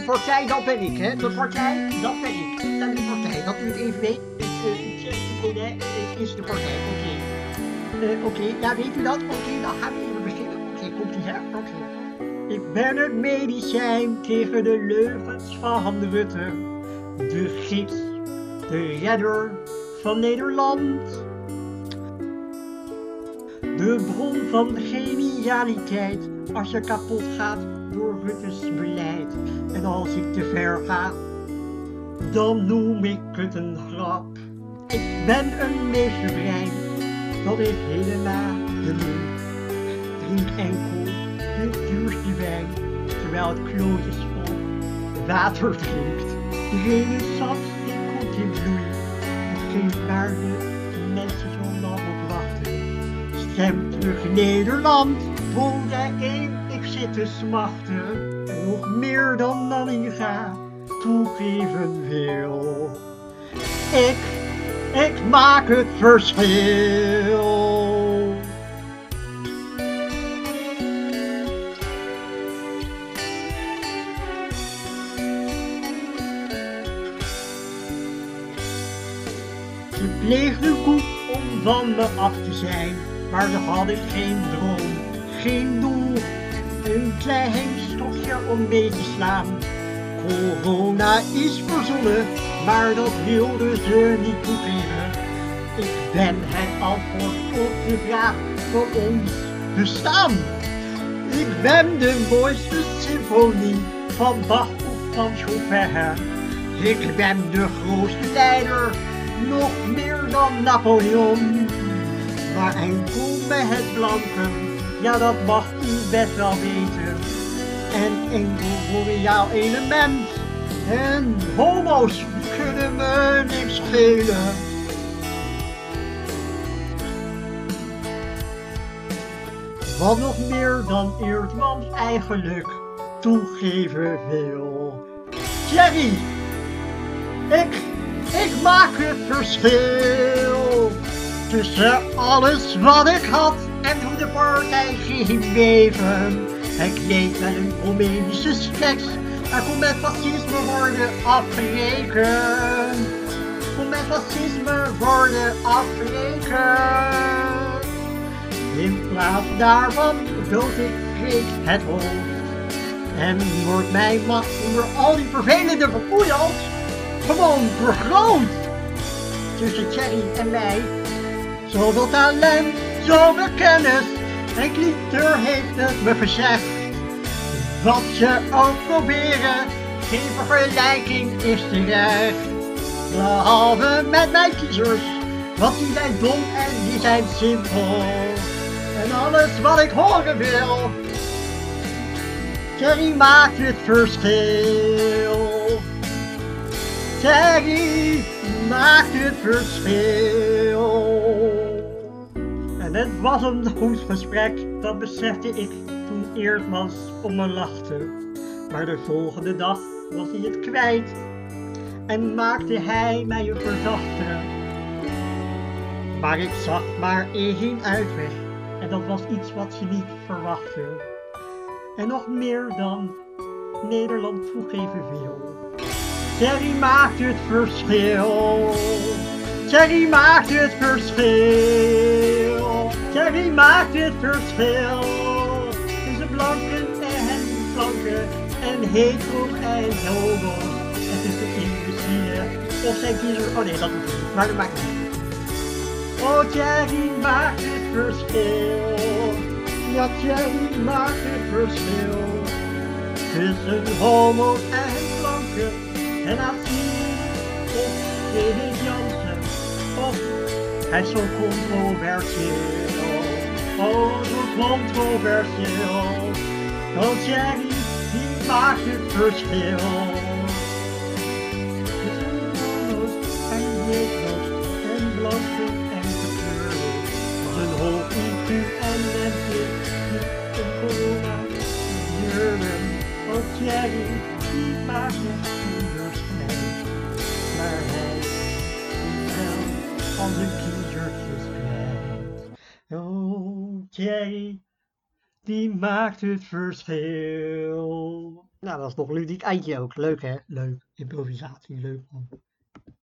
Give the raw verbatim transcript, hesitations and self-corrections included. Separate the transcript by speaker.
Speaker 1: partij, dat ben ik, hè. De partij, dat ben ik. Dat is de partij, dat u het even weet. Dit is de partij, oké. Okay. Uh, Oké, okay. Ja, weet u dat? Oké, okay, dan gaan we even beginnen. Oké, okay, komt ie, hè? Oké. Okay. Ik ben het medicijn tegen de leugens van Rutte. De gids, de redder van Nederland. De bron van genialiteit als je kapot gaat door Rutte's beleid. En als ik te ver ga, dan noem ik het een grap. Ik ben een meesterbrein, dat is helemaal genoeg. Drink enkel de duurste wijn, terwijl het klootjes vol water drinkt. De renaissance die komt in bloei, het geeft waar de mensen zo lang op wachten. Stem terug Nederland, Volga één, ik zit te smachten. Nog meer dan Nanninga toegeven wil. Ik, ik maak het verschil. Ze pleegden goed om van me af te zijn, maar ze hadden geen droom, geen doel, een klein stokje om mee te slaan. Corona is verzonnen, maar dat wilden ze niet toegeven. Ik ben het antwoord op de vraag van ons bestaan. Ik ben de mooiste symfonie van Bach of van Chopin. Ik ben de grootste leider, nog meer dan Napoleon. Maar enkel bij het blanken, ja dat mag u best wel weten. En enkel voor jouw element. En homo's kunnen me niks schelen. Wat nog meer dan Eertmans eigenlijk toegeven wil. Thierry, ik, ik maak het verschil. Tussen alles wat ik had en hoe de partij ging beven. Het leek wel een comedische sketch, er kon met fascisme worden afgerekend. Kon met fascisme worden afgerekend. In plaats daarvan dood ik Freek het hoofd. En wordt mijn macht onder al die vervelende verpoeiers gewoon vergroot. Tussen Thierry en mij, zoveel talent, zoveel kennis. En Klieter heeft het me gezegd. Wat je ook proberen, geen vergelijking is terecht. Behalve met mijn kiezers, want die zijn dom en die zijn simpel. En alles wat ik horen wil, Thierry maakt het verschil. Thierry maakt het verschil. En het was een goed gesprek, dat besefte ik toen Eertmans om me lachte. Maar de volgende dag was hij het kwijt en maakte hij mij een verdachte. Maar ik zag maar één uitweg en dat was iets wat je niet verwachtte. En nog meer dan Nederland toegeven wil. Thierry maakt het verschil. Thierry maakt het verschil. Thierry maakt het verschil. Tussen blanken en flanken en hetero en homo. En tussen imbecielen of zijn kiezer. Oh nee, dat moet niet. Maar dat maakt niet. Oh, Thierry maakt het verschil. Ja, Thierry maakt het verschil. Tussen homo's en flanken en asiel of Gerrit Jansen. Of hij is zo controversieel. Oh, zo controversieel. Oh, Thierry, die maakt het verschil. Tussen homo's en hetero's en blanken en gekleurden. Zijn hoog I Q en lente, niet een corona jurgen. Oh, Thierry, die maakt het onderscheid. Maar hij is wel al zijn kiezertjes kwijt. Oh, Thierry, die maakt het verschil. Nou, dat is nog een ludiek eindje ook. Leuk hè? Leuk. Improvisatie, leuk man.